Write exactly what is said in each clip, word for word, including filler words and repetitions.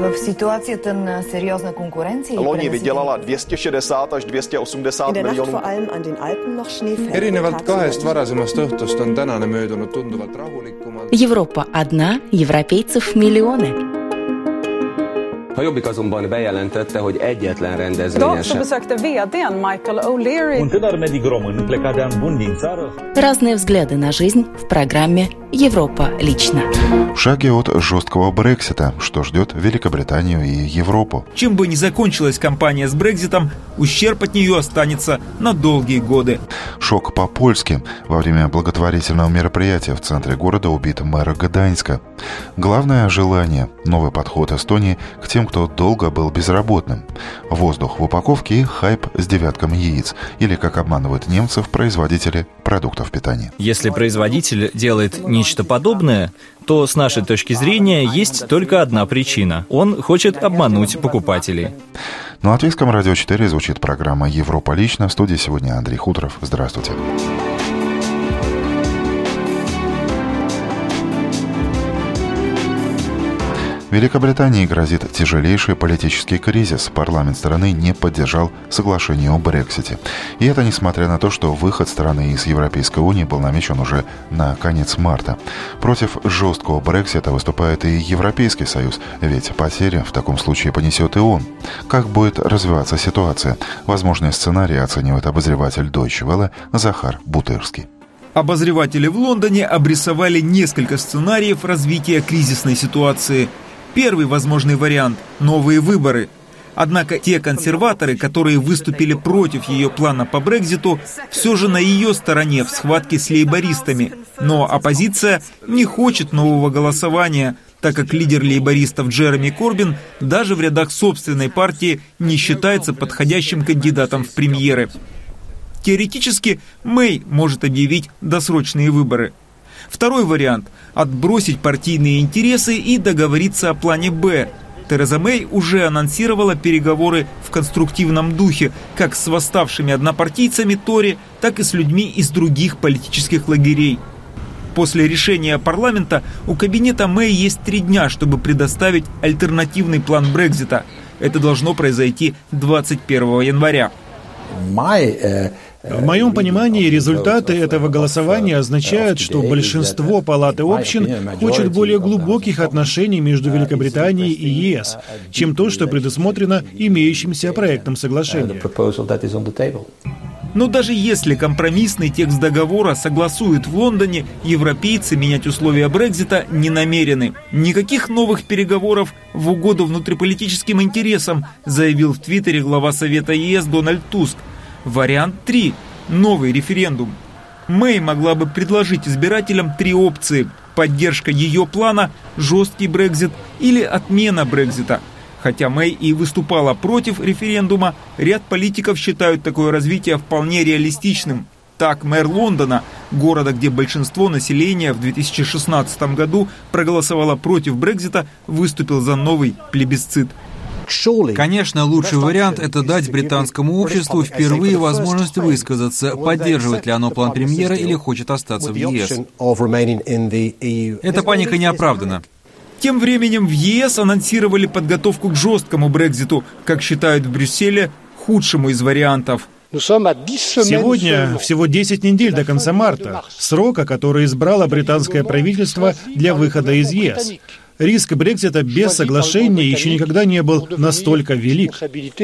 В ситуации ten серьезной конкуренции. Loni vydělala dvě stě šedesát až dvě stě osmdesát miljonů. Erinevalt kahest varasemast õhtust on tänane möödunud tunduvalt rahulikumalt. Европа одна, европейцев миллионы. A Jobbik azonban bejelentette, hogy egyetlen rendezvényen sem. Разные взгляды на жизнь в программе «Европа лично». Шаги от жесткого Брексита, что ждет Великобританию и Европу. Чем бы ни закончилась кампания с Брекситом, ущерб от нее останется на долгие годы. Шок по-польски. Во время благотворительного мероприятия в центре города убит мэр Гданьска. Главное желание – новый подход Эстонии к тем, кто долго был безработным. Воздух в упаковке и хайп с девятками яиц. Или, как обманывают немцев, производители продуктов питания. Если производитель делает нечто подобное, то с нашей точки зрения есть только одна причина. Он хочет обмануть покупателей. На Латвийском радио четыре звучит программа «Европа лично». В студии сегодня Андрей Хуторов. Здравствуйте. Великобритании грозит тяжелейший политический кризис. Парламент страны не поддержал соглашение о Брексите. И это несмотря на то, что выход страны из Европейской Унии был намечен уже на конец марта. Против жесткого Брексита выступает и Европейский Союз, ведь потери в таком случае понесет и он. Как будет развиваться ситуация? Возможные сценарии оценивает обозреватель Deutsche Welle Захар Бутырский. Обозреватели в Лондоне обрисовали несколько сценариев развития кризисной ситуации. Первый возможный вариант – новые выборы. Однако те консерваторы, которые выступили против ее плана по Брекситу, все же на ее стороне в схватке с лейбористами. Но оппозиция не хочет нового голосования, так как лидер лейбористов Джереми Корбин даже в рядах собственной партии не считается подходящим кандидатом в премьеры. Теоретически Мэй может объявить досрочные выборы. Второй вариант – отбросить партийные интересы и договориться о плане «Б». Тереза Мэй уже анонсировала переговоры в конструктивном духе как с восставшими однопартийцами Тори, так и с людьми из других политических лагерей. После решения парламента у кабинета Мэй есть три дня, чтобы предоставить альтернативный план Брексита. Это должно произойти двадцать первого января. В моем понимании, результаты этого голосования означают, что большинство палаты общин хочет более глубоких отношений между Великобританией и ЕС, чем то, что предусмотрено имеющимся проектом соглашения. Но даже если компромиссный текст договора согласуют в Лондоне, европейцы менять условия Брексита не намерены. Никаких новых переговоров в угоду внутриполитическим интересам, заявил в Твиттере глава Совета ЕС Дональд Туск. Вариант три. Новый референдум. Мэй могла бы предложить избирателям три опции. Поддержка ее плана, жесткий Брексит или отмена Брексита. Хотя Мэй и выступала против референдума, ряд политиков считают такое развитие вполне реалистичным. Так, мэр Лондона, города, где большинство населения в две тысячи шестнадцатом году проголосовало против Брексита, выступил за новый плебисцит. Конечно, лучший вариант – это дать британскому обществу впервые возможность высказаться, поддерживает ли оно план премьера или хочет остаться в ЕС. Эта паника не оправдана. Тем временем в ЕС анонсировали подготовку к жесткому Брекситу, как считают в Брюсселе, худшему из вариантов. Сегодня всего десять недель до конца марта, срока, который избрало британское правительство для выхода из ЕС. Риск Брексита без соглашения еще никогда не был настолько велик.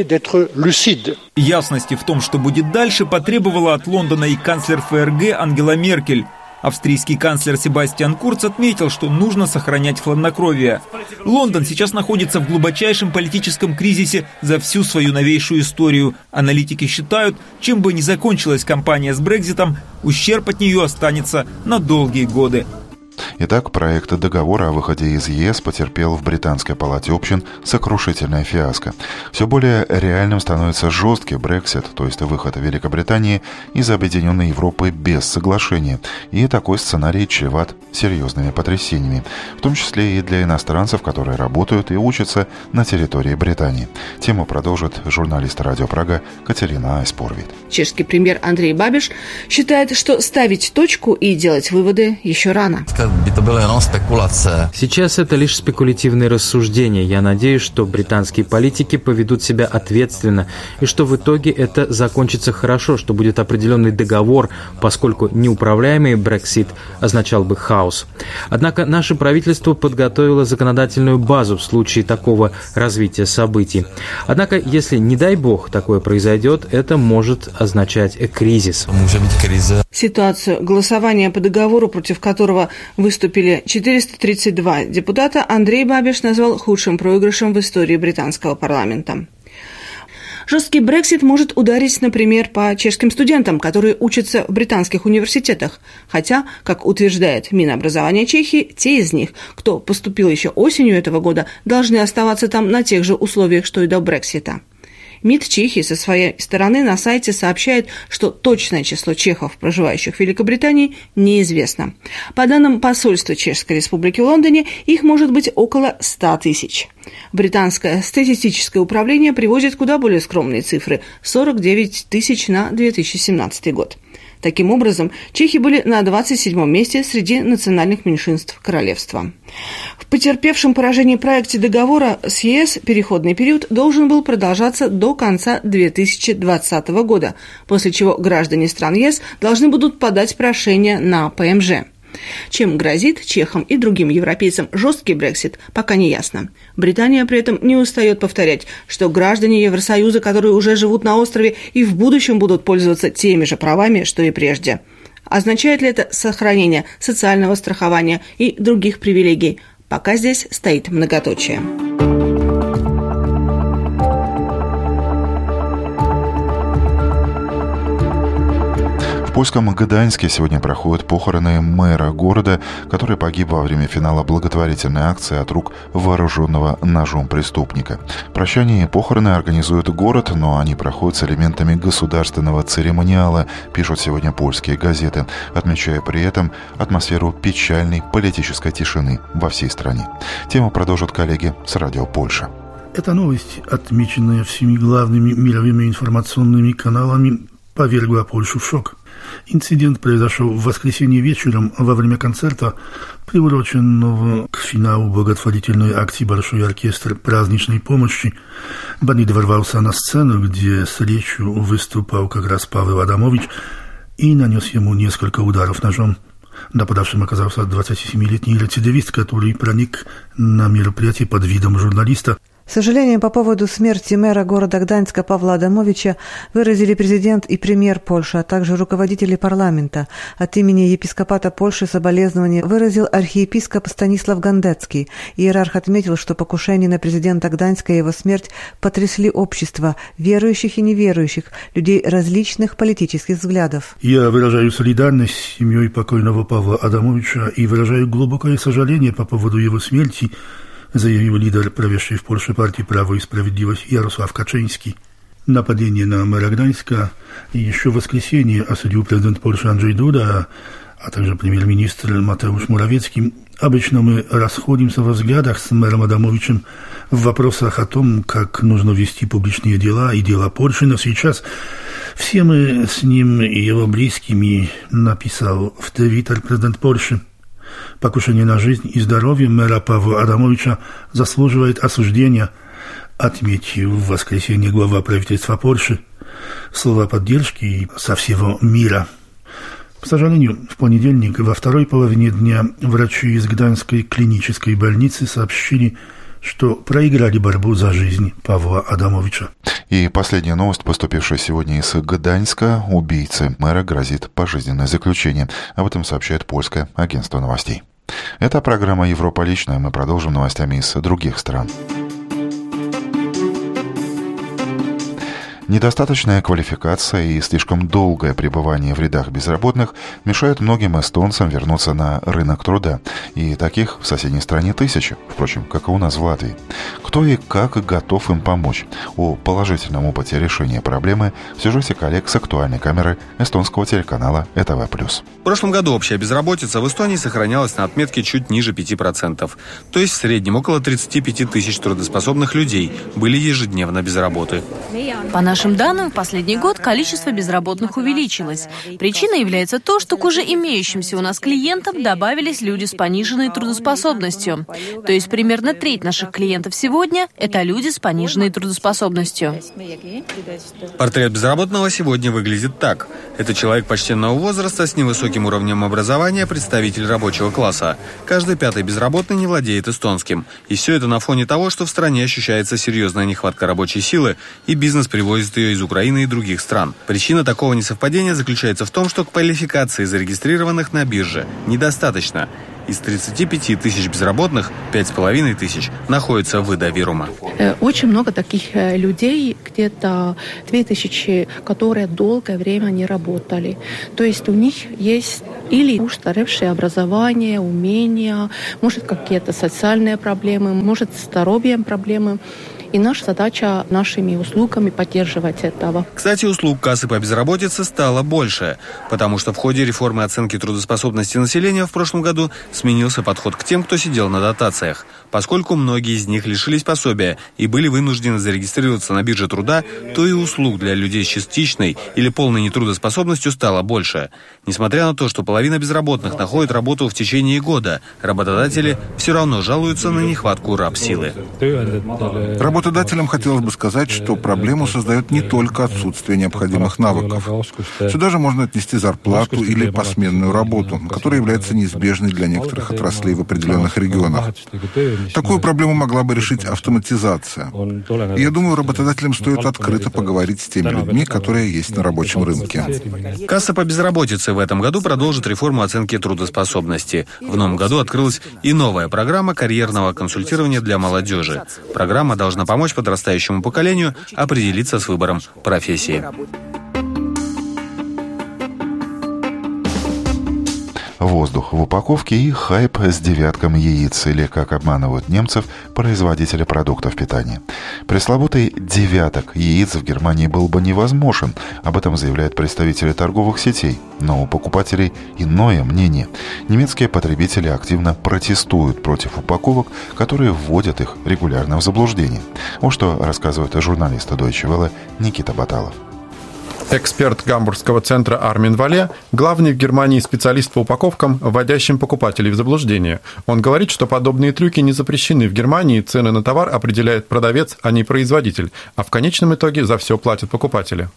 Ясности в том, что будет дальше, потребовала от Лондона и канцлер ФРГ Ангела Меркель. Австрийский канцлер Себастьян Курц отметил, что нужно сохранять хладнокровие. Лондон сейчас находится в глубочайшем политическом кризисе за всю свою новейшую историю. Аналитики считают, чем бы ни закончилась кампания с Брекситом, ущерб от нее останется на долгие годы. Итак, проект договора о выходе из ЕС потерпел в Британской палате общин сокрушительное фиаско. Все более реальным становится жесткий Брексит, то есть выход Великобритании из Объединенной Европы без соглашения. И такой сценарий чреват серьезными потрясениями, в том числе и для иностранцев, которые работают и учатся на территории Британии. Тему продолжит журналист Радио Прага Катерина Айспорвит. Чешский премьер Андрей Бабиш считает, что ставить точку и делать выводы еще рано. Сейчас это лишь спекулятивные рассуждения. Я надеюсь, что британские политики поведут себя ответственно, и что в итоге это закончится хорошо, что будет определенный договор, поскольку неуправляемый Брексит означал бы хаос. Однако наше правительство подготовило законодательную базу в случае такого развития событий. Однако, если, не дай бог, такое произойдет, это может означать кризис. Ситуацию голосования по договору, против которого выступили четыреста тридцать два депутата, Андрей Бабиш назвал худшим проигрышем в истории британского парламента. Жесткий Брексит может ударить, например, по чешским студентам, которые учатся в британских университетах. Хотя, как утверждает Минобразование Чехии, те из них, кто поступил еще осенью этого года, должны оставаться там на тех же условиях, что и до Брексита. МИД Чехии со своей стороны на сайте сообщает, что точное число чехов, проживающих в Великобритании, неизвестно. По данным посольства Чешской Республики в Лондоне, их может быть около ста тысяч. Британское статистическое управление приводит куда более скромные цифры – сорок девять тысяч на две тысячи семнадцатый год. Таким образом, чехи были на двадцать седьмом месте среди национальных меньшинств королевства. В потерпевшем поражение проекте договора с ЕС переходный период должен был продолжаться до конца две тысячи двадцатого года, после чего граждане стран ЕС должны будут подать прошение на ПМЖ. Чем грозит чехам и другим европейцам жесткий Брексит, пока не ясно. Британия при этом не устает повторять, что граждане Евросоюза, которые уже живут на острове, и в будущем будут пользоваться теми же правами, что и прежде. Означает ли это сохранение социального страхования и других привилегий? Пока здесь стоит многоточие. В польском Гданьске сегодня проходят похороны мэра города, который погиб во время финала благотворительной акции от рук вооруженного ножом преступника. Прощание и похороны организует город, но они проходят с элементами государственного церемониала, пишут сегодня польские газеты, отмечая при этом атмосферу печальной политической тишины во всей стране. Тему продолжат коллеги с Радио Польша. Эта новость, отмеченная всеми главными мировыми информационными каналами, повергла Польшу в шок. Инцидент произошел в воскресенье вечером во время концерта, приуроченного к финалу благотворительной акции «Большой оркестр праздничной помощи». Бандит ворвался на сцену, где с речью выступал как раз Павел Адамович, и нанес ему несколько ударов ножом. Нападавшим оказался двадцатисемилетний рецидивист, который проник на мероприятие под видом журналиста. Сожаление по поводу смерти мэра города Гданьска Павла Адамовича выразили президент и премьер Польши, а также руководители парламента. От имени епископата Польши соболезнования выразил архиепископ Станислав Гандецкий. Иерарх отметил, что покушение на президента Гданьска и его смерть потрясли общество, верующих и неверующих, людей различных политических взглядов. Я выражаю солидарность с семьей покойного Павла Адамовича и выражаю глубокое сожаление по поводу его смерти, заявил лидер правящей в Польше партии «Право и справедливость» Ярослав Качинский. Нападение на мэра Гданьска еще в воскресенье осудил президент Польши Анджей Дуда, а также премьер-министр Матeusz Morawiecki. Обычно мы расходимся во взглядах с мэром Адамовичем в вопросах о том, как нужно вести публичные дела и дела Польши, но сейчас все мы с ним и его близкими, написал в Твиттер президент Польши. Покушение на жизнь и здоровье мэра Павла Адамовича заслуживает осуждения, отметил в воскресенье глава правительства Польши. Слова поддержки со всего мира. К сожалению, в понедельник во второй половине дня врачи из Гданьской клинической больницы сообщили, что проиграли борьбу за жизнь Павла Адамовича. И последняя новость, поступившая сегодня из Гданьска. Убийце мэра грозит пожизненное заключение. Об этом сообщает польское агентство новостей. Это программа «Европа личная». Мы продолжим новостями из других стран. Недостаточная квалификация и слишком долгое пребывание в рядах безработных мешают многим эстонцам вернуться на рынок труда. И таких в соседней стране тысячи, впрочем, как и у нас в Латвии. Кто и как готов им помочь? О положительном опыте решения проблемы в сюжете коллег с актуальной камеры эстонского телеканала Э Тэ Вэ плюс. В прошлом году общая безработица в Эстонии сохранялась на отметке чуть ниже пяти процентов. То есть в среднем около тридцати пяти тысяч трудоспособных людей были ежедневно без работы. По нашей нашим данным, в последний год количество безработных увеличилось. Причиной является то, что к уже имеющимся у нас клиентам добавились люди с пониженной трудоспособностью. То есть примерно треть наших клиентов сегодня – это люди с пониженной трудоспособностью. Портрет безработного сегодня выглядит так. Это человек почтенного возраста с невысоким уровнем образования, представитель рабочего класса. Каждый пятый безработный не владеет эстонским. И все это на фоне того, что в стране ощущается серьезная нехватка рабочей силы, и бизнес привозит ее из Украины и других стран. Причина такого несовпадения заключается в том, что квалификации зарегистрированных на бирже недостаточно. Из тридцати пяти тысяч безработных пять с половиной тысяч находятся в Ida-Virumaa. Очень много таких людей, где-то две тысячи, которые долгое время не работали. То есть у них есть или устаревшее образование, умения, может какие-то социальные проблемы, может с здоровьем проблемы. И наша задача нашими услугами поддерживать этого. Кстати, услуг кассы по безработице стало больше, потому что в ходе реформы оценки трудоспособности населения в прошлом году сменился подход к тем, кто сидел на дотациях. Поскольку многие из них лишились пособия и были вынуждены зарегистрироваться на бирже труда, то и услуг для людей с частичной или полной нетрудоспособностью стало больше. Несмотря на то, что половина безработных находит работу в течение года, работодатели все равно жалуются на нехватку рабсилы. Работодателям хотелось бы сказать, что проблему создает не только отсутствие необходимых навыков. Сюда же можно отнести зарплату или посменную работу, которая является неизбежной для некоторых отраслей в определенных регионах. Такую проблему могла бы решить автоматизация. И я думаю, работодателям стоит открыто поговорить с теми людьми, которые есть на рабочем рынке. Касса по безработице в этом году продолжит реформу оценки трудоспособности. В новом году открылась и новая программа карьерного консультирования для молодежи. Программа должна помочь подрастающему поколению определиться с выбором профессии. Воздух в упаковке и хайп с девятком яиц, или, как обманывают немцев, производители продуктов питания. Пресловутый девяток яиц в Германии был бы невозможен, об этом заявляют представители торговых сетей. Но у покупателей иное мнение. Немецкие потребители активно протестуют против упаковок, которые вводят их регулярно в заблуждение. Вот что рассказывает журналист Deutsche Welle Никита Баталов. Эксперт гамбургского центра Армин Вале – главный в Германии специалист по упаковкам, вводящим покупателей в заблуждение. Он говорит, что подобные трюки не запрещены в Германии, цены на товар определяет продавец, а не производитель, а в конечном итоге за все платят покупатели.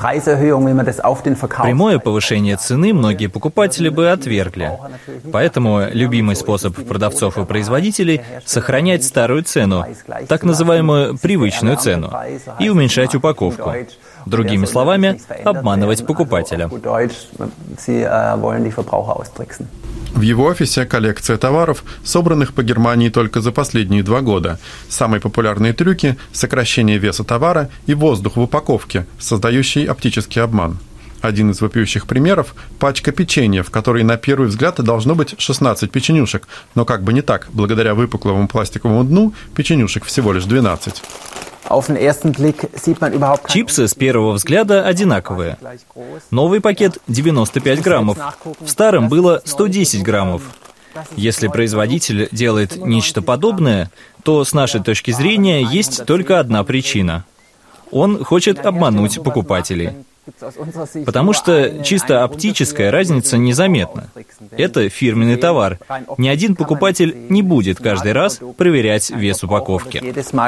Прямое повышение цены многие покупатели бы отвергли. Поэтому любимый способ продавцов и производителей – сохранять старую цену, так называемую привычную цену, и уменьшать упаковку. Другими словами, обманывать покупателя. В его офисе коллекция товаров, собранных по Германии только за последние два года. Самые популярные трюки – сокращение веса товара и воздух в упаковке, создающий оптический обман. Один из вопиющих примеров – пачка печенья, в которой на первый взгляд должно быть шестнадцать печенюшек, но как бы не так, благодаря выпуклому пластиковому дну печенюшек всего лишь двенадцать. Чипсы с первого взгляда одинаковые. Новый пакет девяносто пять граммов. В старом было сто десять граммов. Если производитель делает нечто подобное, то с нашей точки зрения есть только одна причина. Он хочет обмануть покупателей. Потому что чисто оптическая разница незаметна. Это фирменный товар. Ни один покупатель не будет каждый раз проверять вес упаковки.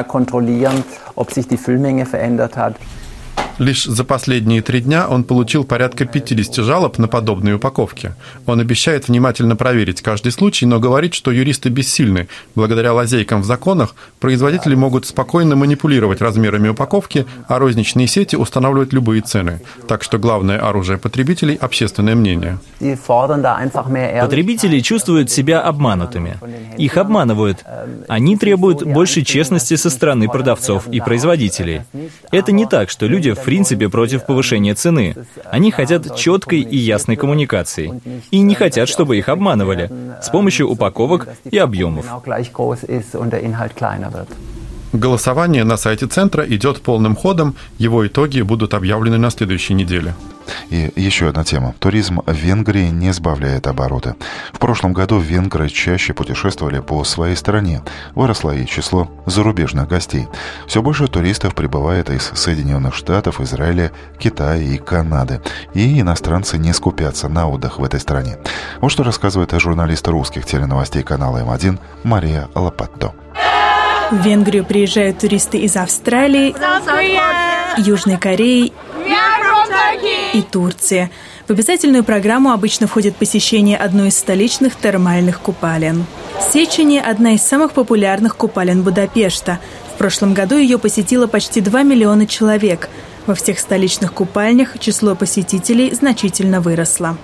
Лишь за последние три дня он получил порядка пятьдесят жалоб на подобные упаковки. Он обещает внимательно проверить каждый случай, но говорит, что юристы бессильны. Благодаря лазейкам в законах производители могут спокойно манипулировать размерами упаковки, а розничные сети устанавливать любые цены. Так что главное оружие потребителей – общественное мнение. Потребители чувствуют себя обманутыми. Их обманывают. Они требуют больше честности со стороны продавцов и производителей. Это не так, что люди в принципе против повышения цены. Они хотят четкой и ясной коммуникации. И не хотят, чтобы их обманывали с помощью упаковок и объемов. Голосование на сайте Центра идет полным ходом, его итоги будут объявлены на следующей неделе. И еще одна тема. Туризм в Венгрии не сбавляет обороты. В прошлом году венгры чаще путешествовали по своей стране. Выросло и число зарубежных гостей. Все больше туристов прибывает из Соединенных Штатов, Израиля, Китая и Канады. И иностранцы не скупятся на отдых в этой стране. Вот что рассказывает журналист русских теленовостей канала Эм один Мария Лопатто. В Венгрию приезжают туристы из Австралии, Южной Кореи и Турции. В обязательную программу обычно входит посещение одной из столичных термальных купалин. Сечени – одна из самых популярных купалин Будапешта. В прошлом году ее посетило почти два миллиона человек. Во всех столичных купальнях число посетителей значительно выросло.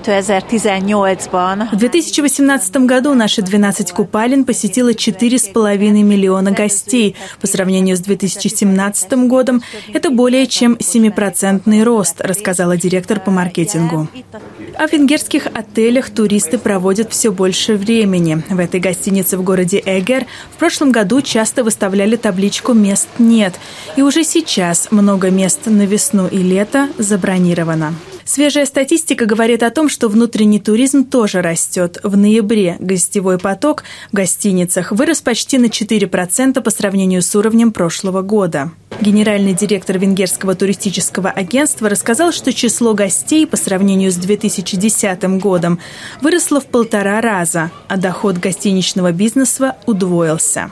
В две тысячи восемнадцатом году наши двенадцать купалин посетило четыре с половиной миллиона гостей. По сравнению с две тысячи семнадцатым годом это более чем семипроцентный рост, рассказала директор по маркетингу. А в венгерских отелях туристы проводят все больше времени. В этой гостинице в городе Эгер в прошлом году часто выставляли табличку «Мест нет». И уже сейчас много мест на весну и лето забронировано. Свежая статистика говорит о том, что внутренний туризм тоже растет. В ноябре гостевой поток в гостиницах вырос почти на четыре процента по сравнению с уровнем прошлого года. Генеральный директор Венгерского туристического агентства рассказал, что число гостей по сравнению с две тысячи десятым годом выросло в полтора раза, а доход гостиничного бизнеса удвоился.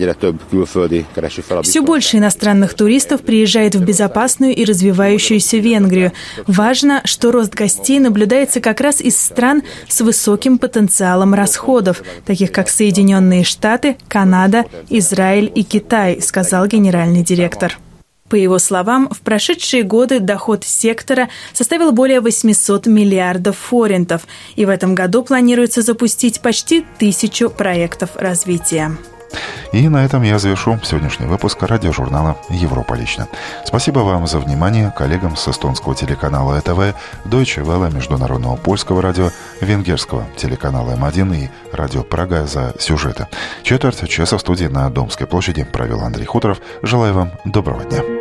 Все больше иностранных туристов приезжает в безопасную и развивающуюся Венгрию. Важно, что рост гостей наблюдается как раз из стран с высоким потенциалом расходов, таких как Соединенные Штаты, Канада, Израиль и Китай, сказал генеральный директор. По его словам, в прошедшие годы доход сектора составил более восемьсот миллиардов форинтов, и в этом году планируется запустить почти тысячу проектов развития. И на этом я завершу сегодняшний выпуск радиожурнала «Европа лично». Спасибо вам за внимание, коллегам с эстонского телеканала Э Тэ Вэ, Deutsche Welle, международного польского радио, венгерского телеканала Эм один и радио Прага за сюжеты. Четверть часа в студии на Домской площади провел Андрей Хуторов. Желаю вам доброго дня.